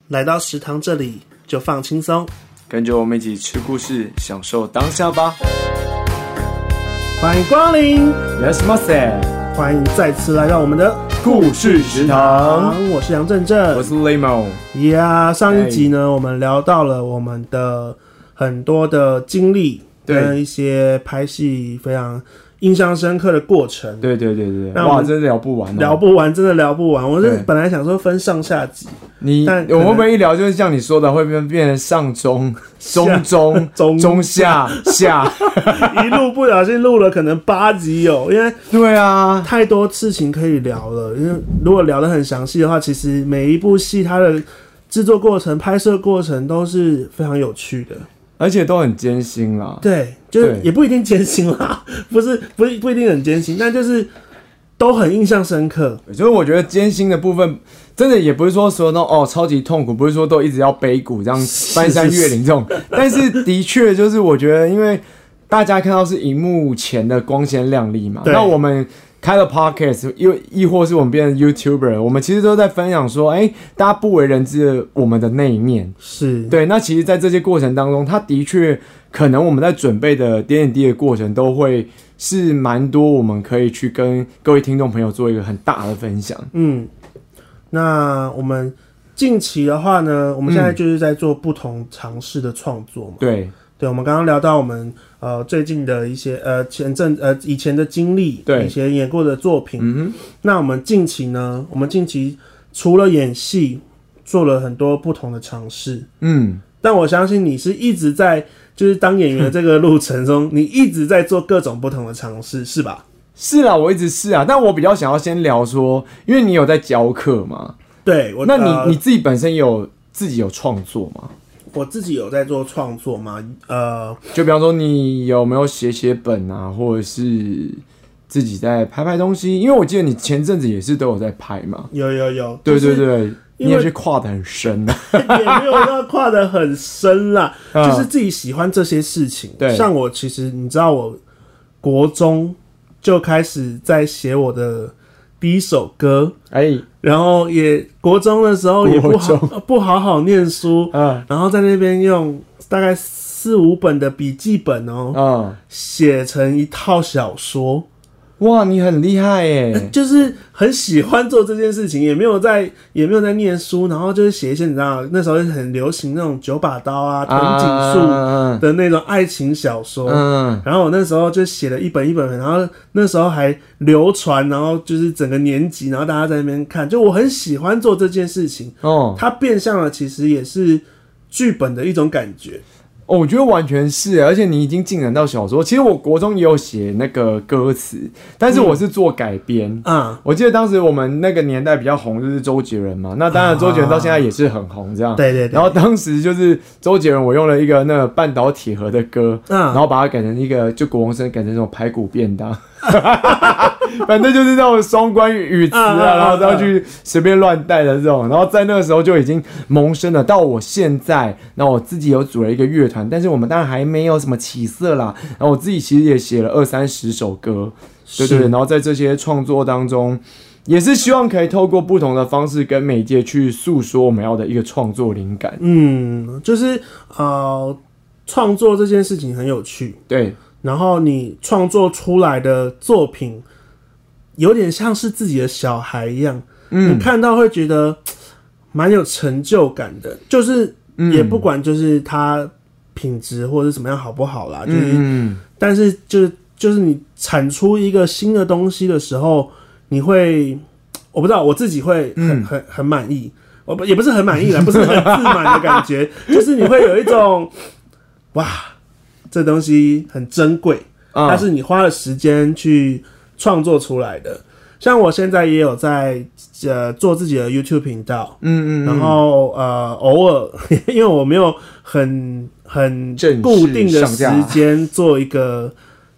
来到食堂这里就放轻松， 跟着我们一起吃故事，享受当下吧。 欢迎光临， Yes, Master， 欢迎再次来到我们的故事食堂。 我是杨正正， 我是 Lemo。 上一集呢，我们聊到了我们的很多的经历，跟一些拍戏非常印象深刻的过程。 对，哇，真的聊不完， 真的聊不完。我是本来想说分上下集， 我会不会一聊就是像你说的，会变成上中、中下， 一路不小心录了可能8集有，因为对啊， 太多事情可以聊了。因为如果聊得很详细的话，其实每一部戏它的制作过程、拍摄过程都是非常有趣的。 而且都很艰辛啦， 对，就是也不一定艰辛啦，不一定很艰辛，但就是都很印象深刻。 就是我觉得艰辛的部分，真的也不是说那种超级痛苦，不是说都一直要背骨这样翻山越岭这种，但是的确就是我觉得，因为大家看到是荧幕前的光鲜亮丽嘛，那我们开了 podcast， 亦或是我们变成 YouTuber， 我们其实都在分享说，大家不为人知的我们的那一面。是对。那其实，在这些过程当中，它的确可能我们在准备的点点滴滴的过程，都会是蛮多我们可以去跟各位听众朋友做一个很大的分享。 那我们近期的话呢，我们现在就是在做不同尝试的创作嘛。对，我们刚刚聊到我们最近的一些以前的经历，对，以前演过的作品。那我们近期呢，除了演戏，做了很多不同的尝试。但我相信你是一直在就是当演员的这个路程中，你一直在做各种不同的尝试，是吧？ 是啦，我一直是啊，但我比较想要先聊说，因为你有在教课嘛，对，那你自己本身自己有创作吗？ 我自己有在做创作吗？ 就比方说你有没有写本啊，或者是自己在拍东西？因为我记得你前阵子也是都有在拍嘛。有，对，你也是跨得很深啊， 也没有到跨得很深啦，就是自己喜欢这些事情。对，像我其实你知道，我国中就开始在写我的第一首歌，然后也国中的时候也不好好念书，然后在那边用大概4-5本的笔记本写成一套小说。 哇，你很厉害耶！ 就是很喜欢做这件事情，也没有在念书，然后就是写一些你知道那时候很流行那种9把刀啊、藤井树的那种爱情小说，然后我那时候就写了一本，然后那时候还流传，然后就是整个年级，然后大家在那边看，就我很喜欢做这件事情。它变相了，其实也是剧本的一种感觉。 我觉得完全是，而且你已经进展到小说。其实我国中也有写那个歌词，但是我是做改编。我记得当时我们那个年代比较红就是周杰伦嘛，那当然周杰伦到现在也是很红这样。对。然后当时就是周杰伦，我用了一个那个半岛铁盒的歌，然后把它改成一个就国中生改成那种排骨便当。反正就是那种双关语词然后再去随便乱带的这种，然后在那个时候就已经萌生了。到我现在，那我自己有组了一个乐团，但是我们当然还没有什么起色啦。然后我自己其实也写了20-30首歌，对，然后在这些创作当中，也是希望可以透过不同的方式跟媒介去诉说我们要的一个创作灵感。 就是创作这件事情很有趣，对。然后你创作出来的作品有点像是自己的小孩一样，你看到会觉得蛮有成就感的，就是也不管就是它品质或者什么样好不好啦，就是但是就是你产出一个新的东西的时候，你会我不知道我自己会很满意，也不是很满意啦，不是很自满的感觉，就是你会有一种哇。这东西很珍贵，但是你花了时间去创作出来的。像我现在也有在做自己的 YouTube 频道，然后偶尔因为我没有很固定的时间做一个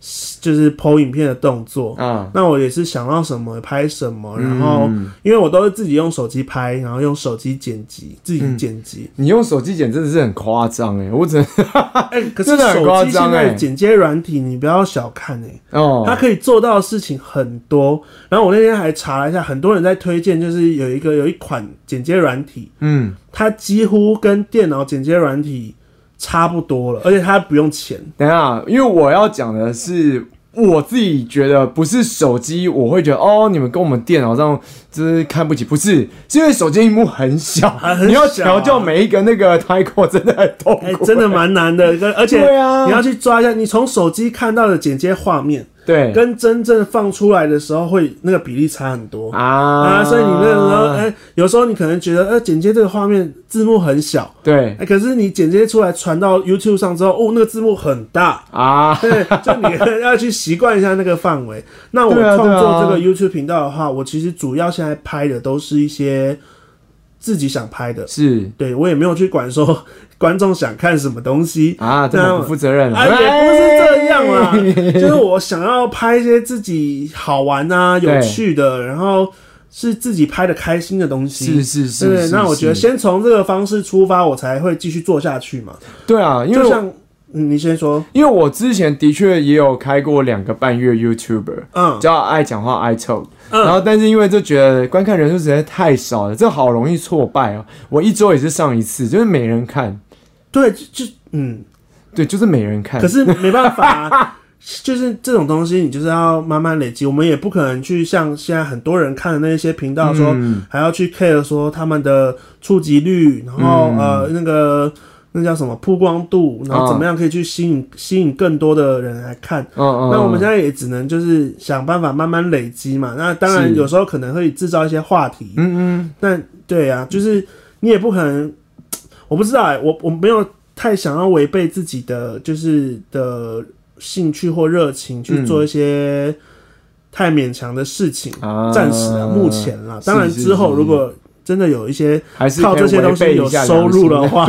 就是 po 影片的动作啊，那我也是想到什么拍什么，然后因为我都是自己用手机拍，然后用手机剪辑，自己剪辑。 你用手机剪真的是很夸张我只能可是手机现在的剪接软体你不要小看它可以做到的事情很多。然后我那天还查了一下，很多人在推荐，就是有一款剪接软体，它几乎跟电脑剪接软体差不多了，而且它不用钱。 等一下，因为我要讲的是，我自己觉得不是手机，我会觉得你们跟我们电脑上就是看不起，不是，是因为手机萤幕很小，你要调教每一个那个 title 真的很痛苦， 真的蛮难的，而且你要去抓一下，你从手机看到的剪接画面。 对， 跟真正放出来的时候会那个比例差很多所以你那个时候有时候你可能觉得剪接这个画面字幕很小， 对， 可是你剪接出来传到 YouTube 上之后，那个字幕很大对，就你要去习惯一下那个范围。那我创作这个 YouTube 频道的话，我其实主要现在拍的都是一些自己想拍的， 是对我也没有去管说观众想看什么东西这么不负责任也不是这样啦就是我想要拍一些自己好玩有趣的，然后是自己拍的开心的东西，是对。那我觉得先从这个方式出发，我才会继续做下去嘛。 对啊，因为就像你先说， 因为我之前的确也有开过2个半月 YouTuber，叫爱讲话爱talk。然后，但是因为就觉得观看人数实在太少了，这好容易挫败我1周也是上1次，就是没人看。 对， 对，就是没人看。 可是没办法就是这种东西，你就是要慢慢累积。我们也不可能去像现在很多人看的那些频道说，还要去 care 说他们的触及率，然后那叫什么曝光度，然后怎么样可以去吸引更多的人来看。那我们现在也只能就是想办法慢慢累积嘛。那当然有时候可能会制造一些话题。但对啊，就是你也不可能，我不知道我没有太想要违背自己的就是的兴趣或热情去做一些太勉强的事情。暂时目前啦，当然之后如果真的有一些靠这些东西有收入的话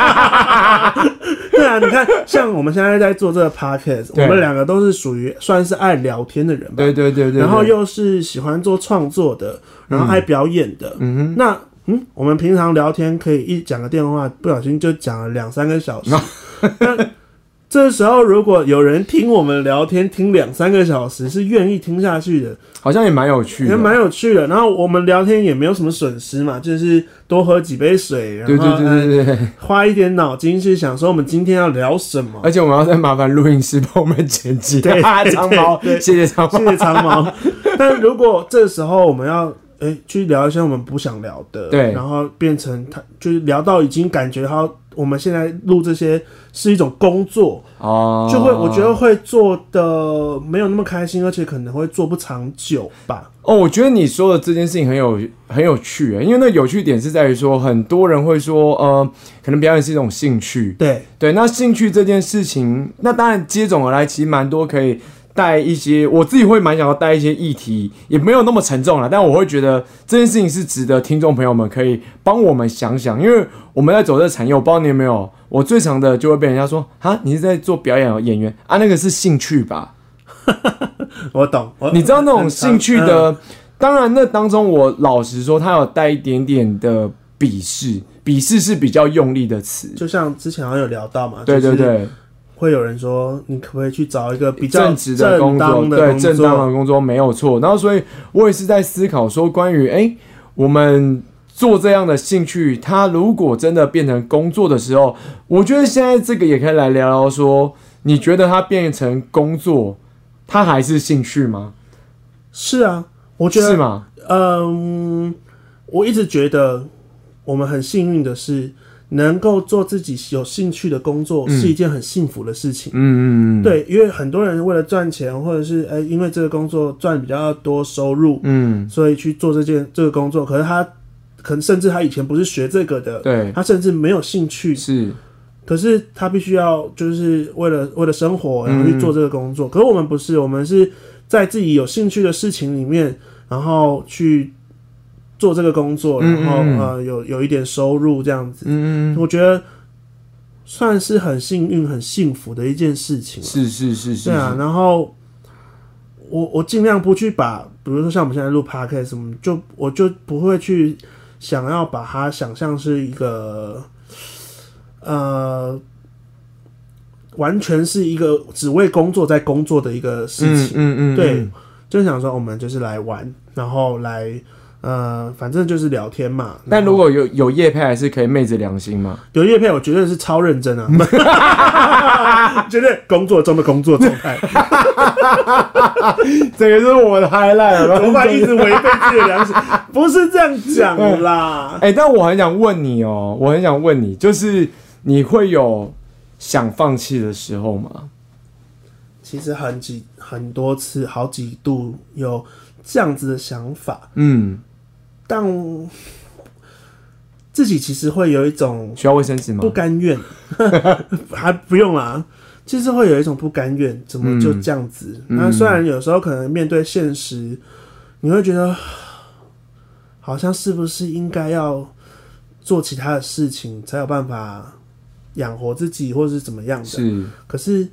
对啊，你看像我们现在在做这个 podcast， 我们2个都是属于算是爱聊天的人吧，对，然后又是喜欢做创作的，然后爱表演的。那我们平常聊天可以一讲个电话不小心就讲了2-3个小时那这时候如果有人听我们聊天听2-3个小时是愿意听下去的， 好像也蛮有趣的， 然后我们聊天也没有什么损失嘛，就是多喝几杯水，然后对花一点脑筋去想说我们今天要聊什么， 而且我们要再麻烦录音师帮我们剪辑。对，长毛，谢谢长毛但如果这时候我们要去聊一些我们不想聊的，对，然后变成就是聊到已经感觉到我们现在录这些是一种工作就会我觉得会做的没有那么开心，而且可能会做不长久吧。 我觉得你说的这件事情很有趣因为那有趣点是在于说，很多人会说可能表演是一种兴趣，对，那兴趣这件事情，那当然接踵而来其实蛮多可以带一些，我自己会蛮想要带一些议题，也没有那么沉重啦，但我会觉得这件事情是值得听众朋友们可以帮我们想想，因为我们在走这个产业，我不知道你有没有，我最常的就会被人家说你是在做表演演员那个是兴趣吧我懂， 你知道那种兴趣的当然那当中我老实说他有带一点点的鄙视是比较用力的词， 就像之前好像有聊到嘛， 对， 会有人说你可不可以去找一个比较正直的工作，对，正当的工作没有错。然后所以我也是在思考说，关于我们做这样的兴趣，它如果真的变成工作的时候，我觉得现在这个也可以来聊聊说，你觉得它变成工作，它还是兴趣吗？ 是啊，我觉得是吗？ 我一直觉得我们很幸运的是，能够做自己有兴趣的工作是一件很幸福的事情。对，因为很多人为了赚钱，或者是因为这个工作赚比较多收入，所以去做这个工作。可是他可能甚至他以前不是学这个的，对，他甚至没有兴趣，是，可是他必须要就是为了生活，然后去做这个工作。可是我们不是，我们是在自己有兴趣的事情里面，然后去做这个工作，然后有一点收入这样子。我觉得算是很幸运、很幸福的一件事情。 是， 对啊。然后我尽量不去把，比如说像我们现在录 podcast 什么，我就不会去想要把它想象是一个完全是一个只为工作在工作的一个事情。对，就想说我们就是来玩，然后来反正就是聊天嘛。 但如果有业配，还是可以昧着良心嘛？ 有业配，我绝对是超认真啊，绝对工作中的工作状态。 这个是我的 highlight， 怎么办？一直违背自己的良心，不是这样讲啦。 但我很想问你，就是你会有想放弃的时候吗？ 其实很多次，好几度有这样子的想法。但自己其实会有一种需要卫生纸吗？ 不甘愿，还不用啦。其实会有一种不甘愿，怎么就这样子？那虽然有时候可能面对现实，你会觉得好像是不是应该要做其他的事情，才有办法养活自己，或是怎么样的？ 是。 可是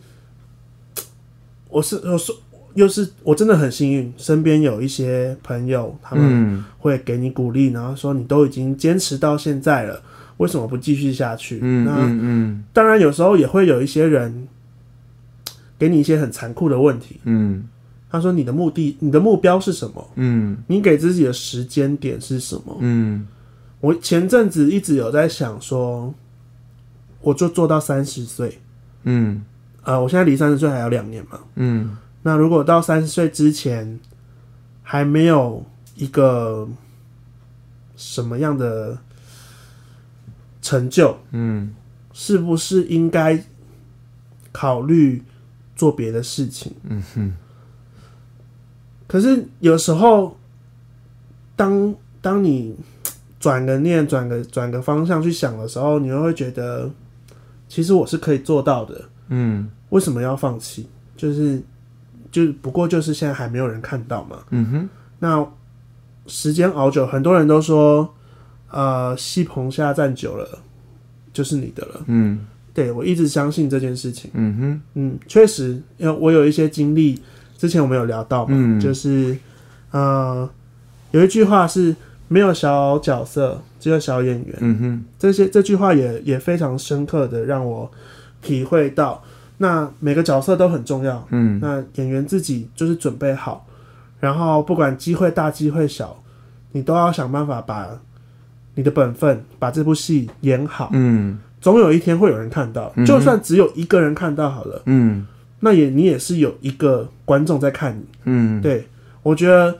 我真的很幸运，身边有一些朋友，他们会给你鼓励，然后说你都已经坚持到现在了，为什么不继续下去？当然有时候也会有一些人给你一些很残酷的问题。他说你的目标是什么？你给自己的时间点是什么？我前阵子一直有在想说，我就做到30岁。我现在离30岁还有2年嘛。那如果到30岁之前还没有一个什么样的成就，是不是应该考虑做别的事情？可是有时候，当你转个念、转个方向去想的时候，你会觉得，其实我是可以做到的。为什么要放弃？不过就是现在还没有人看到嘛。那时间熬久，很多人都说，戏棚下站久了就是你的了。对，我一直相信这件事情。确实，因为我有一些经历，之前我们有聊到嘛，就是有一句话是没有小角色，只有小演员。这句话也非常深刻的让我体会到。那每个角色都很重要。那演员自己就是准备好，然后不管机会大机会小，你都要想办法把你的本分，把这部戏演好。总有一天会有人看到，就算只有一个人看到好了。那你也是有一个观众在看你。对，我觉得，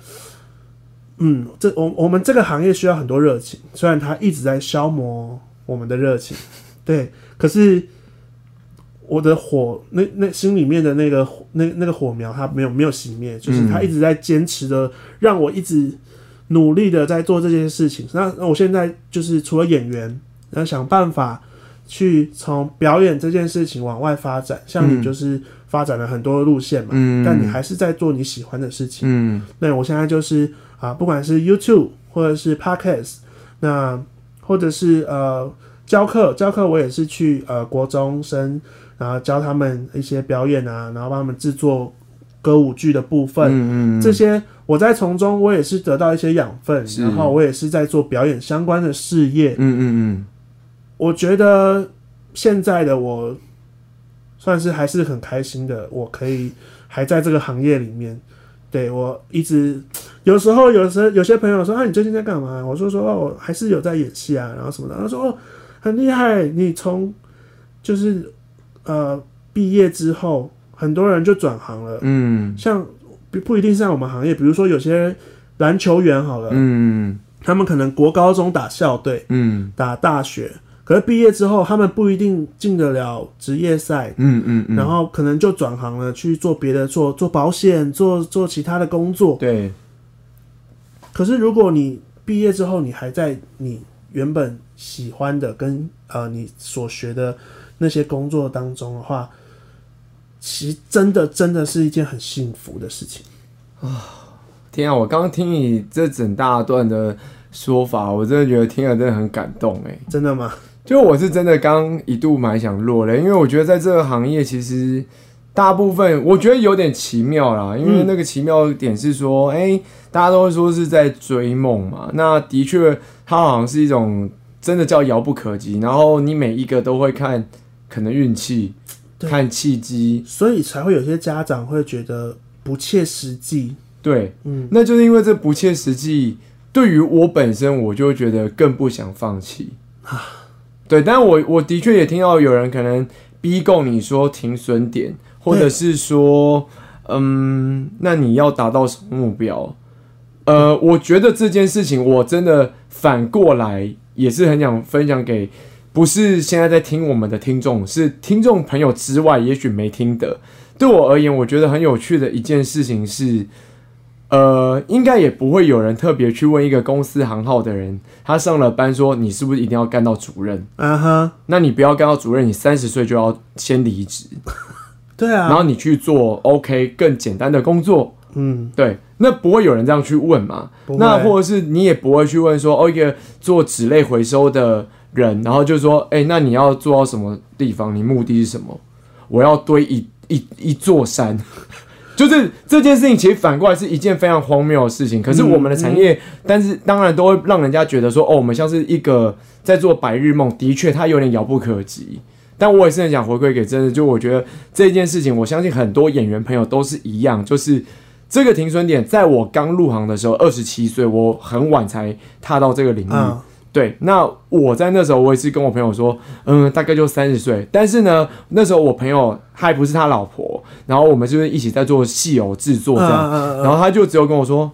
我们这个行业需要很多热情，虽然它一直在消磨我们的热情。对，可是我的火，那心里面的那个火苗，它没有熄灭，就是它一直在坚持的，让我一直努力的在做这件事情。那我现在就是除了演员，然后想办法去从表演这件事情往外发展。像你就是发展了很多路线嘛，但你还是在做你喜欢的事情。那我现在就是不管是 YouTube 或者是 Podcast， 那或者是教课，我也是去国中生。然后教他们一些表演啊，然后帮他们制作歌舞剧的部分。这些我在从中我也是得到一些养分，然后我也是在做表演相关的事业。我觉得现在的我算是还是很开心的，我可以还在这个行业里面。对，我一直有时候有些朋友说你最近在干嘛？我说我还是有在演戏啊，然后什么的。他说很厉害，你从就是毕业之后，很多人就转行了。像不一定是像我们行业，比如说有些篮球员好了，他们可能国高中打校队，打大学，可是毕业之后，他们不一定进得了职业赛，然后可能就转行了，去做别的，做保险，做其他的工作。 对。 可是如果你毕业之后，你还在你原本喜欢的跟你所学的那些工作当中的话，其实真的是一件很幸福的事情天啊！我刚刚听你这整大段的说法，我真的觉得听了真的很感动真的吗？ 就我是真的刚一度蛮想落泪，因为我觉得在这个行业其实大部分我觉得有点奇妙啦，因为那个奇妙点是说，大家都会说是在追梦嘛，那的确它好像是一种真的叫遥不可及，然后你每一个都会看可能运气，看契机， 所以才会有些家长会觉得不切实际。 对，那就是因为这不切实际，对于我本身我就会觉得更不想放弃对，但我的确也听到有人可能逼供你说停损点，或者是说，那你要达到什么目标？我觉得这件事情我真的反过来也是很想分享给不是现在在听我们的听众，是听众朋友之外也许没听的。对我而言，我觉得很有趣的一件事情是，应该也不会有人特别去问一个公司行号的人，他上了班说你是不是一定要干到主任？那你不要干到主任，你30岁就要先离职。 对啊， 然后你去做 OK 更简单的工作。对，那不会有人这样去问嘛？那或者是你也不会去问说，一个做纸类回收的人，然后就说，那你要做到什么地方？你目的是什么？我要堆一座山。就是这件事情，其实反过来是一件非常荒谬的事情。可是我们的产业，但是当然都会让人家觉得说，我们像是一个在做白日梦，的确它有点遥不可及。但我也是很想回馈给真的，就我觉得这件事情，我相信很多演员朋友都是一样，就是这个停损点，在我刚入行的时候，27岁，我很晚才踏到这个领域。对，那我在那时候，我也是跟我朋友说，大概就30岁。但是呢，那时候我朋友还不是他老婆，然后我们就是一起在做戏偶制作这样，然后他就只有跟我说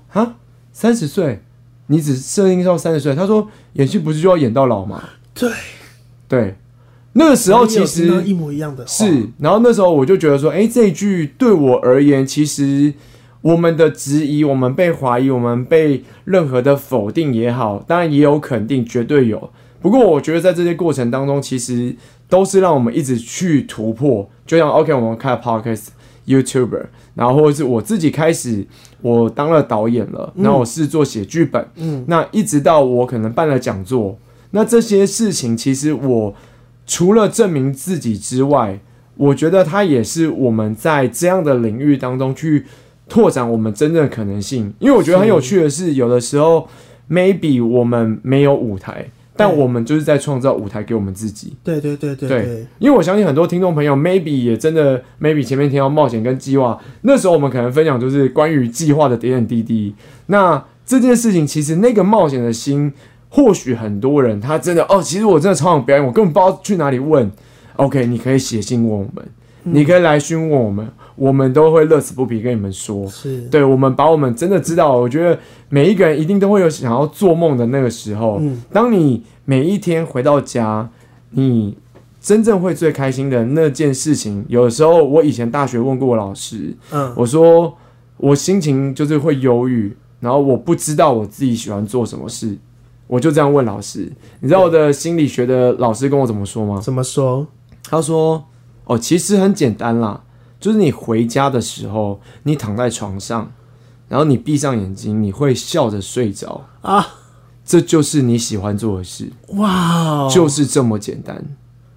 ，30岁，你只设定到30岁，他说演戏不是就要演到老吗？对。那个时候其实一模一样的是，然后那时候我就觉得说，这一句对我而言，其实我们的质疑，我们被怀疑，我们被任何的否定也好，当然也有肯定，绝对有。不过我觉得在这些过程当中，其实都是让我们一直去突破。就像 OK， 我们开了 Podcast、YouTuber， 然后或者是我自己开始，我当了导演了，然后我是做写剧本，那一直到我可能办了讲座，那这些事情其实我。除了证明自己之外，我觉得它也是我们在这样的领域当中去拓展我们真正的可能性。因为我觉得很有趣的是，有的时候 maybe 我们没有舞台，但我们就是在创造舞台给我们自己。 对， 因为我相信很多听众朋友 maybe 也真的 maybe 前面听到冒险跟计划，那时候我们可能分享就是关于计划的点点滴滴。那这件事情其实那个冒险的心。或许很多人他真的其实我真的超想表演，我根本不知道去哪里问。OK， 你可以写信问我们，你可以来询问我们，我们都会乐此不疲跟你们说。对，我们把我们真的知道，我觉得每一个人一定都会有想要做梦的那个时候。当你每一天回到家，你真正会最开心的那件事情，有的时候我以前大学问过我老师，我说我心情就是会忧郁，然后我不知道我自己喜欢做什么事。我就这样问老师，你知道我的心理学的老师跟我怎么说吗？ 怎么说？ 他说：“其实很简单啦，就是你回家的时候，你躺在床上，然后你闭上眼睛，你会笑着睡着啊，这就是你喜欢做的事。哇，就是这么简单，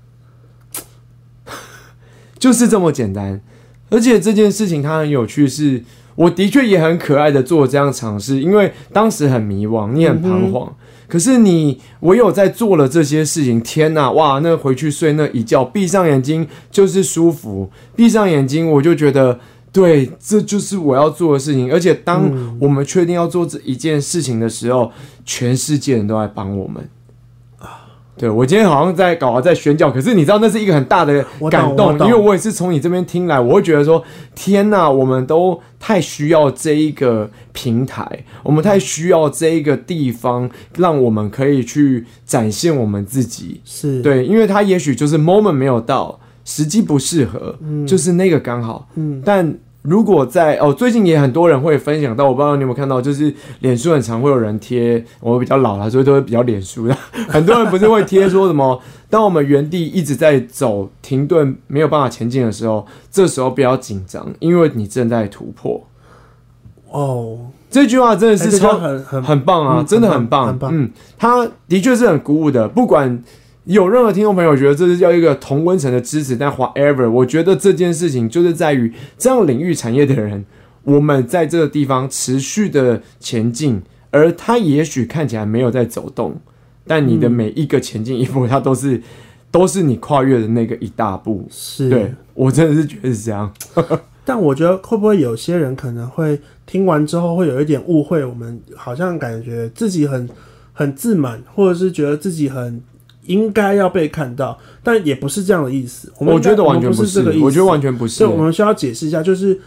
就是这么简单。而且这件事情它很有趣是。”我的确也很可爱的做这样尝试，因为当时很迷惘，你很彷徨。可是你唯有在做了这些事情，天哪，哇！那回去睡那一觉，闭上眼睛就是舒服，闭上眼睛我就觉得，对，这就是我要做的事情。而且当我们确定要做这一件事情的时候，全世界人都在帮我们。对，我今天好像在宣教，可是你知道那是一个很大的感动，因为我也是从你这边听来，我会觉得说，天哪，我们都太需要这一个平台，我们太需要这一个地方，让我们可以去展现我们自己。 是对，因为它也许就是 moment 没有到，时机不适合，就是那个刚好，但。如果在最近也很多人会分享到，我不知道你有没有看到，就是脸书很常会有人贴，我比较老了，所以都会比较脸书的。很多人不是会贴说什么，当我们原地一直在走，停顿没有办法前进的时候，这时候不要紧张，因为你正在突破。 这句话真的是很棒啊，真的很棒，很棒。他的确是很鼓舞的。不管有任何听众朋友觉得这是要一个同温层的支持，但 whatever， 我觉得这件事情就是在于这样领域产业的人，我们在这个地方持续的前进，而他也许看起来没有在走动，但你的每一个前进一步，它都是你跨越的那个一大步。 是， 对，我真的是觉得是这样。 但我觉得会不会有些人可能会听完之后会有一点误会，我们好像感觉自己很自满，或者是觉得自己很应该要被看到，但也不是这样的意思。 我觉得完全不是这个意思，我觉得完全不是。 所以我们需要解释一下，就是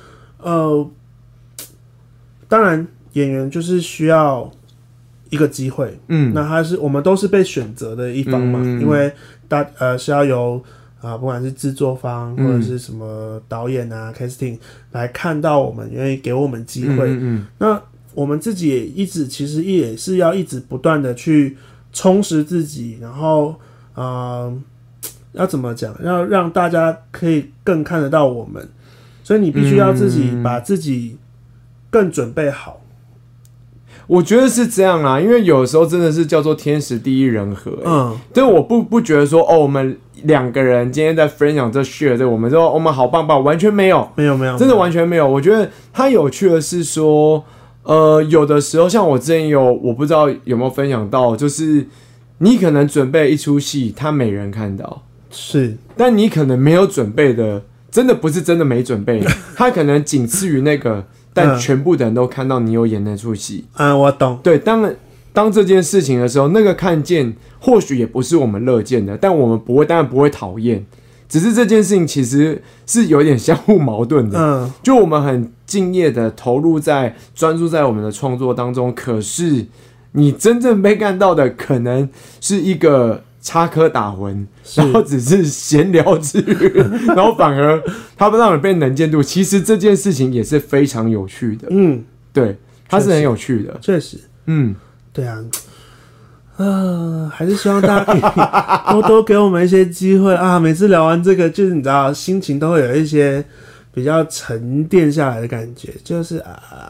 当然演员就是需要一个机会，那我们都是被选择的一方嘛，因为是要由不管是制作方或者是什么导演啊 casting 来看到我们，愿意给我们机会。那我们自己其实也是要一直不断的去充实自己，然后要怎么讲，要让大家可以更看得到我们，所以你必须要自己把自己更准备好。 我觉得是这样啦，因为有时候真的是叫做天时地利人和。但我不觉得说我们两个人今天在分享这 share 这，我们说我们好棒棒，完全没有，真的完全没有。我觉得它有趣的是说，有的时候像我之前我不知道有没有分享到，就是你可能准备一出戏，他没人看到， 是， 但你可能没有准备的，真的不是真的没准备，他可能仅次于那个。但全部的人都看到你有演那出戏， 我懂。 对，当这件事情的时候，那个看见或许也不是我们乐见的，但我们当然不会讨厌，只是这件事情其实是有点相互矛盾的。就我们很敬业的投入专注在我们的创作当中，可是你真正被看到的可能是一个插科打诨，然后只是闲聊之余，然后反而他不让你被能见度。其实这件事情也是非常有趣的，对，它是很有趣的， 确实，对啊，还是希望大家可以多多给我们一些机会啊！每次聊完这个，就是你知道，心情都会有一些比较沉淀下来的感觉，就是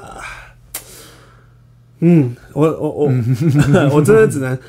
我真的只能。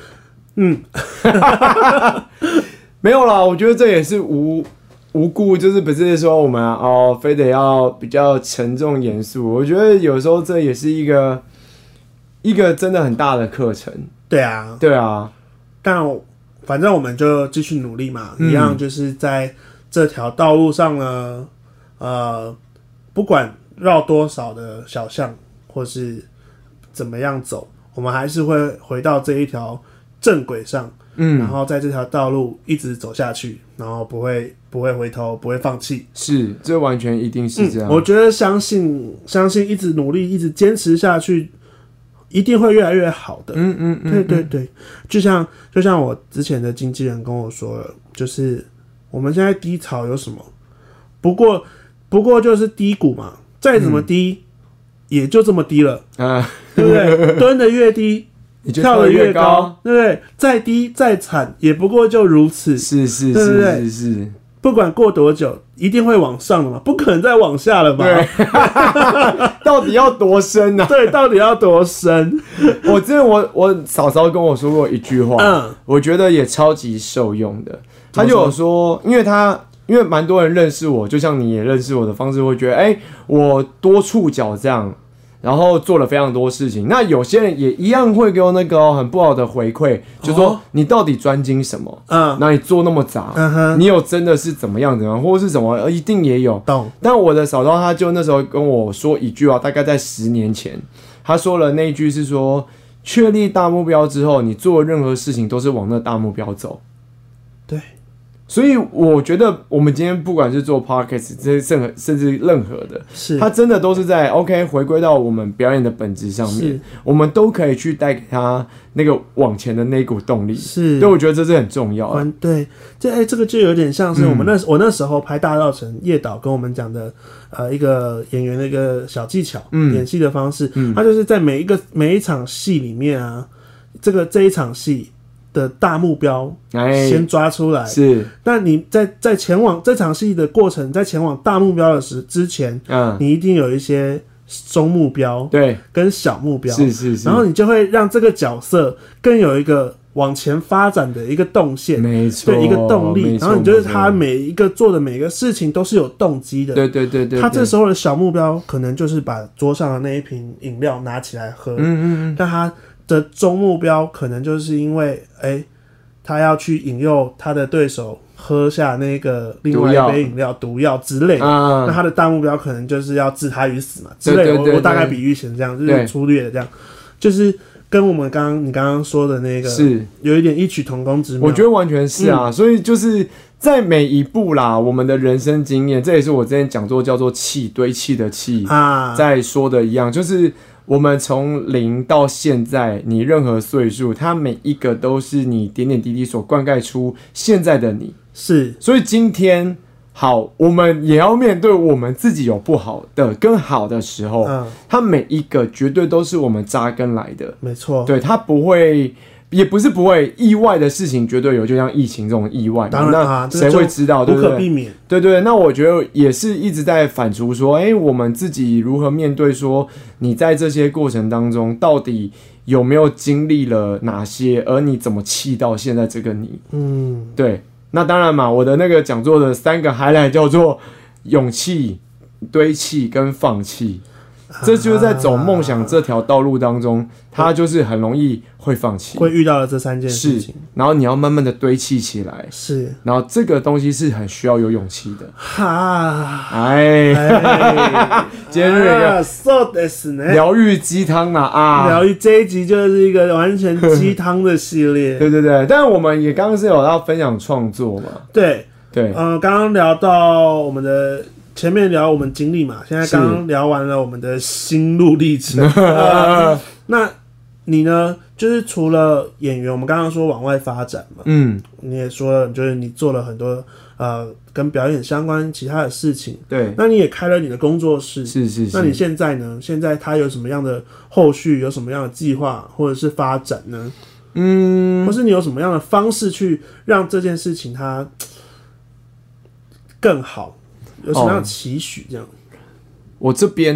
没有啦，我觉得这也是无故，就是不是说我们非得要比较沉重严肃。我觉得有时候这也是一个真的很大的课程。 对啊，但反正我们就继续努力嘛，一样就是在这条道路上呢，不管绕多少的小巷，或是怎么样走，我们还是会回到这一条正轨上，然后在这条道路一直走下去，然后不会回头，不会放弃。 是，这完全一定是这样。 我觉得相信一直努力，一直坚持下去，一定会越来越好的。对，就像我之前的经纪人跟我说了，就是我们现在低潮有什么？不过就是低谷嘛，再怎么低，也就这么低了对不对？蹲得越低。跳得越高，对不对？再低再惨，也不过就如此。 是， 不管过多久，一定会往上的嘛，不可能再往下了吧？ 对，到底要多深啊？ 对，到底要多深？ 我嫂嫂跟我说过一句话，我觉得也超级受用的。他就有说，因为蛮多人认识我，就像你也认识我的方式，会觉得我多触角这样。然后做了非常多事情，那有些人也一样会给我那个很不好的回馈，就说你到底专精什么？那你做那么杂，你有真的是怎么样，或者是什么？一定也有。但我的嫂嫂她就那时候跟我说一句话，大概在10年前，她说了那一句是说，确立大目标之后，你做任何事情都是往那大目标走。 对。 所以我觉得我们今天不管是做 podcast 这些甚至任何的，它真的都是在 OK 回归到我们表演的本质上面，我们都可以去带给他那个往前的那股动力。是，对，我觉得这是很重要的。 对，这个就有点像是我那时候拍大稻埕叶导跟我们讲的一个演员的一个小技巧，演戏的方式，他就是在每一场戏里面啊，这一场戏的大目标先抓出来， 是。 但你在前往这场戏的过程，在前往大目标的之前，你一定有一些中目标， 对， 跟小目标， 是， 然后你就会让这个角色更有一个往前发展的一个动线， 没错， 对，一个动力，然后你就是他每一个做的每个事情都是有动机的， 对， 他这时候的小目标可能就是把桌上的那一瓶饮料拿起来喝，但他的中目标可能就是因为他要去引诱他的对手喝下那个另外一杯饮料毒药之类的，那他的大目标可能就是要置他于死嘛之类的。我大概比喻成这样，就是粗略的这样，就是跟我们你刚刚说的那个是有一点异曲同工之妙。 我觉得完全是啊，所以就是在每一步啦，我们的人生经验，这也是我之前讲座叫做气堆砌的气在说的一样，就是我们从0到现在，你任何岁数，它每一个都是你点点滴滴所灌溉出现在的你。 是， 所以今天好，我们也要面对我们自己有不好的跟好的时候，它每一个绝对都是我们扎根来的， 没错， 对，它不会。也不是不会，意外的事情绝对有，就像疫情这种意外， 当然那谁会知道，对不对？ 不可避免。 对，那我觉得也是一直在反刍说，我们自己如何面对说，你在这些过程当中，到底有没有经历了哪些，而你怎么气到现在这个你？对。那当然嘛，我的那个讲座的3个 highlight 叫做勇气、堆砌跟放弃。这就是在走梦想这条道路当中，他就是很容易会放弃， 会遇到了这3件事情， 然后你要慢慢的堆砌起来， 是， 然后这个东西是很需要有勇气的。今天是一个疗愈鸡汤啊， 疗愈这一集就是一个完全鸡汤的系列。 对，但我们也刚刚是有要分享创作嘛， 对，刚刚聊到我们的。前面聊我们经历嘛，现在刚刚聊完了我们的心路历程。那你呢？就是除了演员，我们刚刚说往外发展嘛，你也说了，就是你做了很多跟表演相关其他的事情。 对， 那你也开了你的工作室， 是。 那你现在呢？现在它有什么样的后续？有什么样的计划或者是发展呢？或是你有什么样的方式去让这件事情它更好？有什么样的期许？这样， 我这边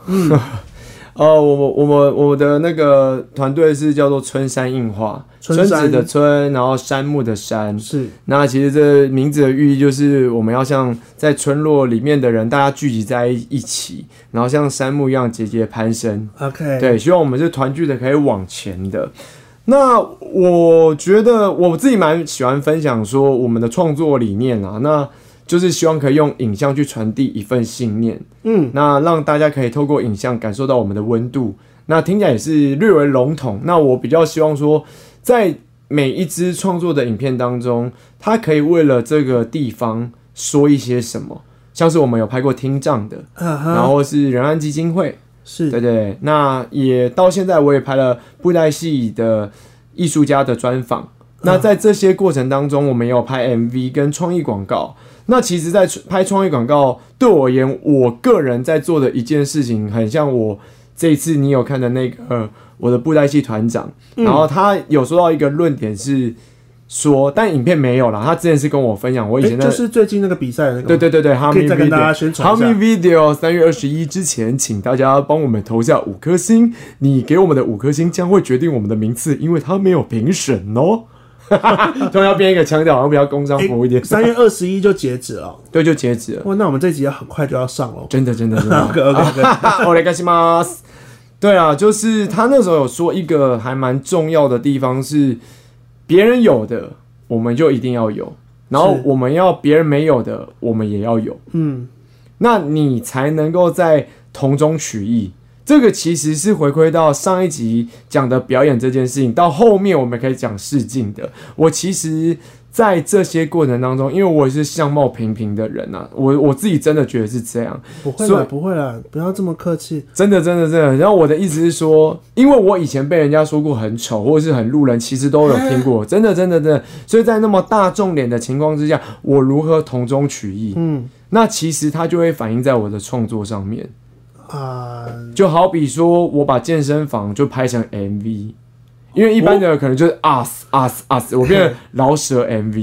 我的那个团队是叫做春山映画，村子的村，然后山木的山。 是， 那其实这名字的寓意就是我们要像在村落里面的人，大家聚集在一起，然后像山木一样节节攀升。 OK， 对，希望我们是团聚的，可以往前的。那我觉得我自己蛮喜欢分享说我们的创作理念啊，那就是希望可以用影像去传递一份信念，那让大家可以透过影像感受到我们的温度。那听起来也是略为笼统。那我比较希望说，在每一支创作的影片当中，它可以为了这个地方说一些什么，像是我们有拍过听障的，然后是仁安基金会， 是对。那也到现在我也拍了布袋戏的艺术家的专访。那在这些过程当中，我们也有拍 MV 跟创意广告。那其实，在拍创意广告，对我而言，我个人在做的一件事情，很像我这一次你有看的那个我的布袋戏团长，然后他有说到一个论点是说，但影片没有啦，他之前是跟我分享，我以前就是最近那个比赛的那个， 对， 可以再跟大家宣传一下。 Hami Video 3月21之前，请大家帮我们投下5颗星，你给我们的5颗星将会决定我们的名次，因为他没有评审哦。突然要编一个腔调，好像比较工商服一点。 3月21就截止了， 对，就截止了。 哇，那我们这集很快就要上了， 真的。 OK， お願いします。对啊，就是他那时候有说一个还蛮重要的地方是，别人有的我们就一定要有，然后我们要别人没有的我们也要有。那你才能够在同中取义。这个其实是回归到上一集讲的表演这件事情，到后面我们可以讲试镜的。我其实在这些过程当中，因为我也是相貌平平的人啊，我自己真的觉得是这样。 不会啦，不要这么客气。 真的。然后我的意思是说，因为我以前被人家说过很丑或者是很路人，其实都有听过，真的。所以在那么大众脸的情况之下，我如何同中取义？那其实它就会反映在我的创作上面。就好比说我把健身房就拍成 MV， 因为一般的可能就是 us， 我变成饶舌 MV，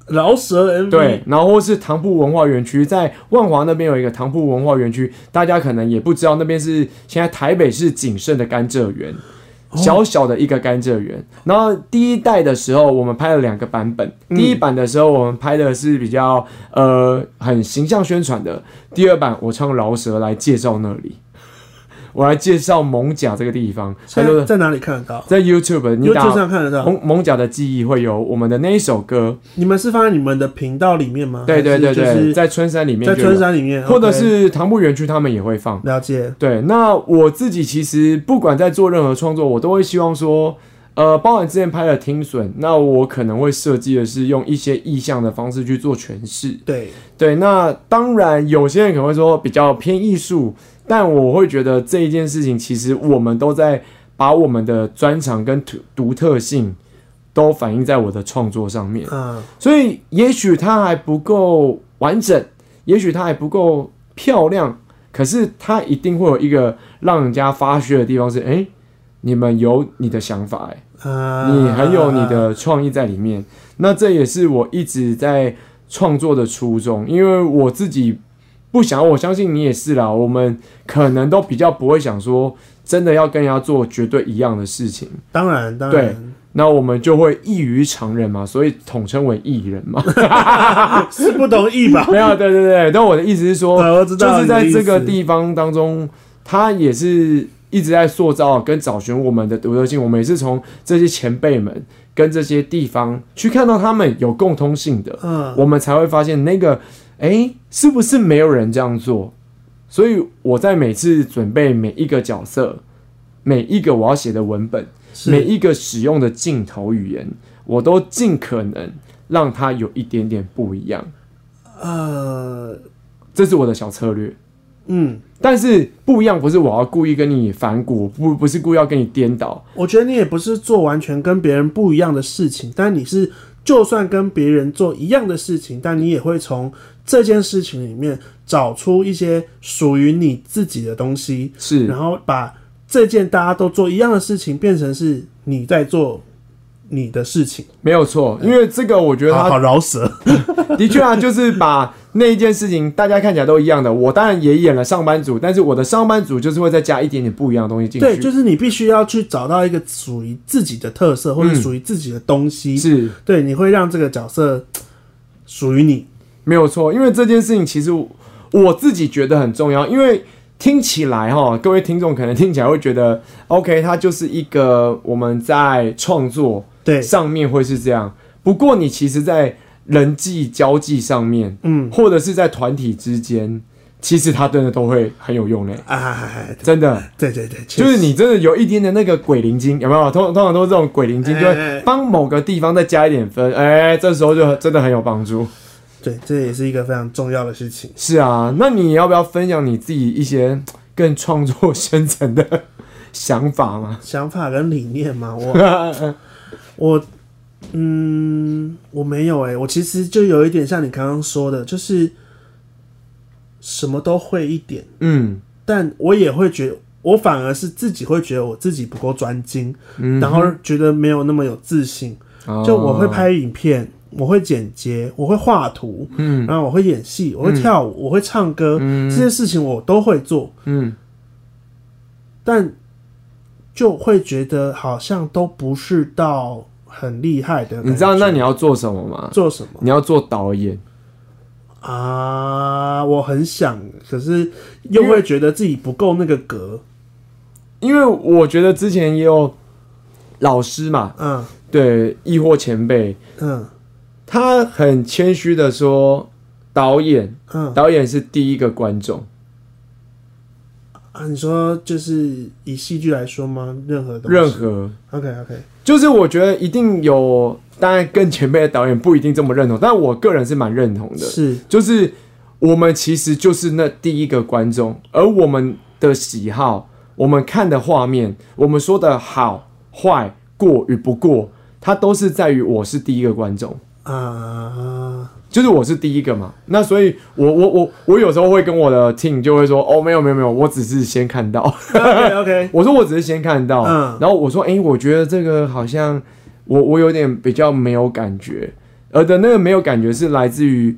饶舌 MV 对，然后或是唐铺文化园区，在万华那边有一个唐铺文化园区，大家可能也不知道，那边是现在台北市仅剩的甘蔗园。小小的一个甘蔗园，然后第一代的时候我们拍了2个版本，第一版的时候我们拍的是比较很形象宣传的，第二版我唱饶舌来介绍那里，我来介绍艋舺这个地方。 在哪里看得到？ 在 YouTube， 你打 YouTube 上看得到。 艋舺的记忆会有我们的那一首歌。 你们是放在你们的频道里面吗？ 对对对对，在春山里面， 在春山里面， 或者是唐木园区他们也会放。 了解。 对，那我自己其实不管在做任何创作，我都会希望说，包含之前拍的听损，那我可能会设计的是用一些意象的方式去做诠释。 对对，那当然有些人可能会说比较偏艺术。但我会觉得这一件事情，其实我们都在把我们的专长跟独特性都反映在我的创作上面。所以也许它还不够完整，也许它还不够漂亮，可是它一定会有一个让人家发掘的地方是，你们有你的想法，你很有你的创意在里面。那这也是我一直在创作的初衷，因为我自己。不想，我相信你也是啦。我们可能都比较不会想说，真的要跟人家做绝对一样的事情。 当然， 对，那我们就会异于常人嘛，所以统称为艺人嘛。 是不同意吧？ 没有，对对对。但我的意思是说， 我知道就是在这个地方当中，他也是一直在塑造跟找寻我们的独特性。我们也是从这些前辈们跟这些地方去看到他们有共通性的，我们才会发现那个。是不是没有人这样做？所以我在每次准备每一个角色，每一个我要写的文本，每一个使用的镜头语言，我都尽可能让它有一点点不一样。这是我的小策略。但是不一样不是我要故意跟你反骨，不是故意要跟你颠倒。 我觉得你也不是做完全跟别人不一样的事情，但你是就算跟别人做一样的事情，但你也会从这件事情里面找出一些属于你自己的东西， 是， 然后把这件大家都做一样的事情变成是你在做你的事情， 没有错。因为这个我觉得好饶舌， 的确啊，就是把那一件事情大家看起来都一样的，我当然也演了上班族，但是我的上班族就是会再加一点点不一样的东西进去。 对，就是你必须要去找到一个属于自己的特色，或者属于自己的东西， 是对，你会让这个角色属于你。 没有错，因为这件事情其实我自己觉得很重要，因为听起来各位听众可能听起来会觉得 OK， 它就是一个我们在创作上面会是这样，不过你其实在人际交际上面，或者是在团体之间，其实它真的都会很有用嘞。真的， 对对对， 就是你真的有一点的那个鬼灵精，有没有？通常都是这种鬼灵精，就会帮某个地方再加一点分，这时候就真的很有帮助。 对，这也是一个非常重要的事情。 是啊，那你要不要分享你自己一些更创作深层的想法吗？ 想法跟理念吗？我没有我其实就有一点像你刚刚说的，就是什么都会一点，但我也会觉得，我反而是自己会觉得我自己不够专精，然后觉得没有那么有自信。就我会拍影片，我会剪接，我会画图，然后我会演戏，我会跳舞，我会唱歌，这些事情我都会做，但就会觉得好像都不是到很厉害的感觉。 你知道那你要做什么吗？ 做什么？ 你要做导演啊！我很想，可是又会觉得自己不够那个格。 因为我觉得之前也有老师嘛，对，亦或前辈，他很谦虚的说，导演是第一个观众。 你说就是以戏剧来说吗？任何东西， 任何 OK， 就是我觉得一定有，当然更前辈的导演不一定这么认同，但我个人是蛮认同的。是，就是我们其实就是那第一个观众，而我们的喜好，我们看的画面，我们说的好坏、过与不过，它都是在于我是第一个观众啊。就是我是第一个嘛，那所以我有时候会跟我的 team 就会说，没有，我只是先看到 ，OK， 我说我只是先看到，然后我说我觉得这个好像我有点比较没有感觉， 的那个没有感觉是来自于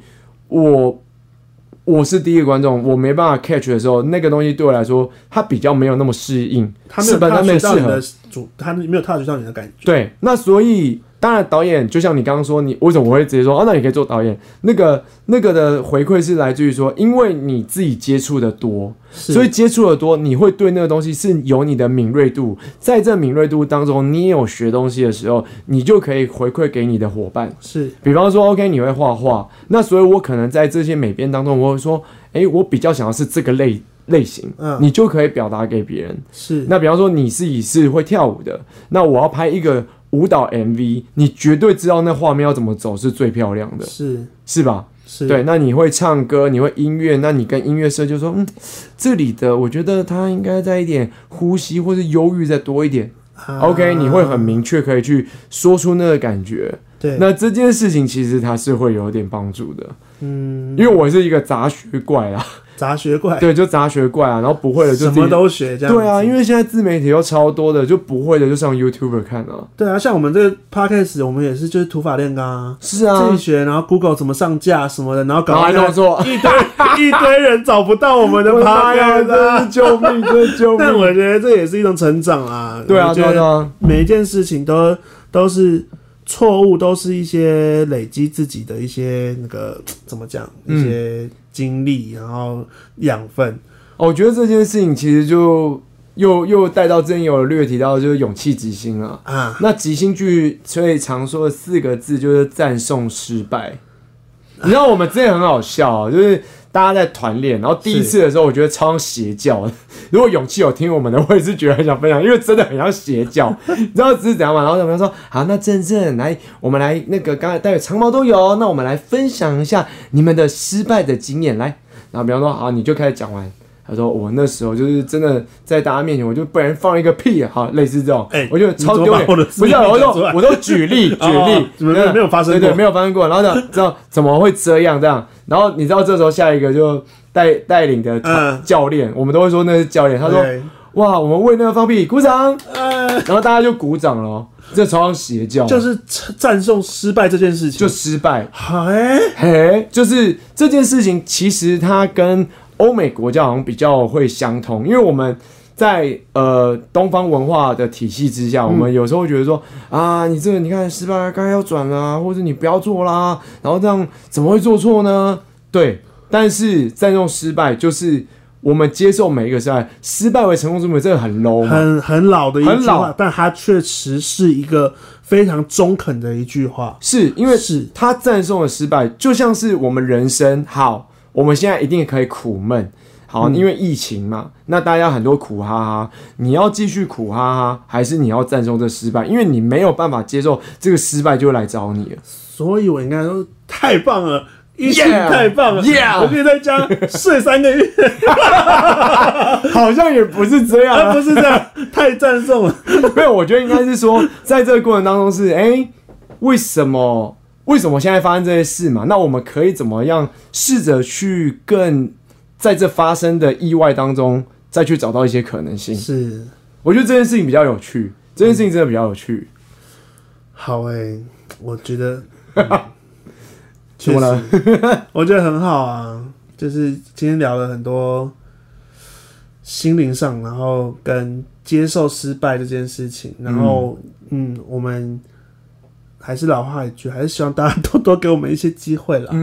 我是第一个观众，我没办法 catch 的时候，那个东西对我来说，它比较没有那么适应， 它没有 touch 到你的它没有 touch 到你的感觉。 对，那所以当然导演就像你刚刚说，你为什么我会直接说那你可以做导演？那个的回馈是来自于说，因为你自己接触的多，所以接触的多，你会对那个东西是有你的敏锐度，在这敏锐度当中，你也有学东西的时候，你就可以回馈给你的伙伴。 是， 比方说 OK 你会画画，那所以我可能在这些美编当中，我会说，我比较想要是这个类型，你就可以表达给别人。 是， 那比方说你自己是会跳舞的，那我要拍一个舞蹈 MV， 你绝对知道那画面要怎么走是最漂亮的，是吧？是，对。那你会唱歌，你会音乐，那你跟音乐社就说，这里的我觉得他应该再一点呼吸或是忧郁再多一点。OK， 你会很明确可以去说出那个感觉。 对， 那这件事情其实它是会有点帮助的。因为我是一个杂学怪啦。 杂学怪， 对，就杂学怪啊，然后不会的就什么都学这样。 对啊，因为现在自媒体又超多的，就不会的就上 YouTuber 看啊。 对啊，像我们这个 Podcast， 我们也是就是土法炼钢啊。 是啊， 自己学，然后 Google 怎么上架什么的，然后搞还弄错， 一堆人找不到我们的 Podcast， 真是救命，真是救命！ 但我觉得这也是一种成长啊。 对啊，对啊， 每一件事情都是。错误都是一些累积自己的一些那个怎么讲，一些经历，然后养分。 我觉得这件事情其实就又带到之前有略提到，就是勇气即兴了啊。那即兴剧最常说的4个字就是赞颂失败。你知道我们之前很好笑，就是大家在团练，然后第一次的时候，我觉得超像邪教的。如果勇气有听我们的，我也是觉得很想分享，因为真的很像邪教。你知道只是怎样吗？然后他们说：“好，那正来，我们来那个刚才待会长毛都有，那我们来分享一下你们的失败的经验来。”然后比方说，好，你就开始讲完。他说：“我那时候就是真的在大家面前，我就不然放一个屁，好，类似这种，我觉得超丢脸。不是，我都举例， 没有发生过， 对，没有发生过。然后知道怎么会这样？然后你知道这时候下一个就带领的教练，我们都会说那是教练。他说：哇，我们为那个放屁鼓掌，然后大家就鼓掌了。这超像邪教， 就是赞颂失败这件事情， 就失败。就是这件事情，其实它跟欧美国家好像比较会相通，因为我们在东方文化的体系之下，我们有时候会觉得说啊，你这个你看失败该要转啦，或者你不要做啦，然后这样怎么会做错呢？对，但是在这种失败，就是我们接受每一个失败为成功之母，这个很 low 嘛， 很老的一句话，但它确实是一个非常中肯的一句话， 是因为它赞颂的失败，就像是我们人生好。我们现在一定可以苦闷，好，因为疫情嘛，那大家很多苦哈哈，你要继续苦哈哈，还是你要赞颂这失败？因为你没有办法接受这个失败就会来找你了。 所以我应该说太棒了，疫情太棒了，我可以在家睡3个月， 好像也不是这样， 不是这样，太赞颂了。 没有，我觉得应该是说，在这个过程当中是，为什么现在发生这些事嘛？那我们可以怎么样试着去更在这发生的意外当中再去找到一些可能性？ 是， 我觉得这件事情比较有趣，这件事情真的比较有趣。 好我觉得， 怎么了？ 我觉得很好啊，就是今天聊了很多心灵上，然后跟接受失败这件事情，然后我们。还是老话一句，还是希望大家多多给我们一些机会啦。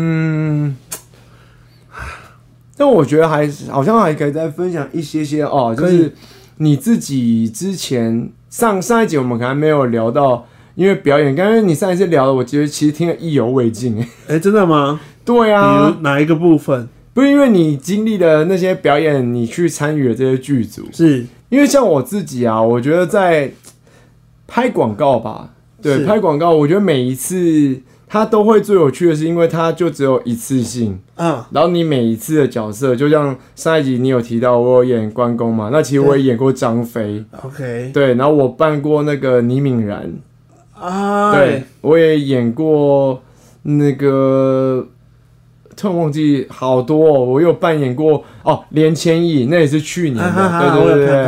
但我觉得好像还可以再分享一些就是你自己之前上一集我们可能没有聊到，因为表演，刚刚你上一次聊的，我觉得其实听得意犹未尽。 真的吗？ 对啊， 比如哪一个部分？ 不是因为你经历了那些表演，你去参与了这些剧组， 是因为像我自己啊，我觉得在拍广告吧。对，拍广告，我觉得每一次它都会最有趣的是，因为它就只有一次性，然后你每一次的角色，就像上一集你有提到，我有演关公嘛，那其实我也演过张飞 ，OK， 对，然后我扮过那个倪敏然，对，我也演过那个，突然忘记好多我有扮演过连千亿，那也是去年的，对。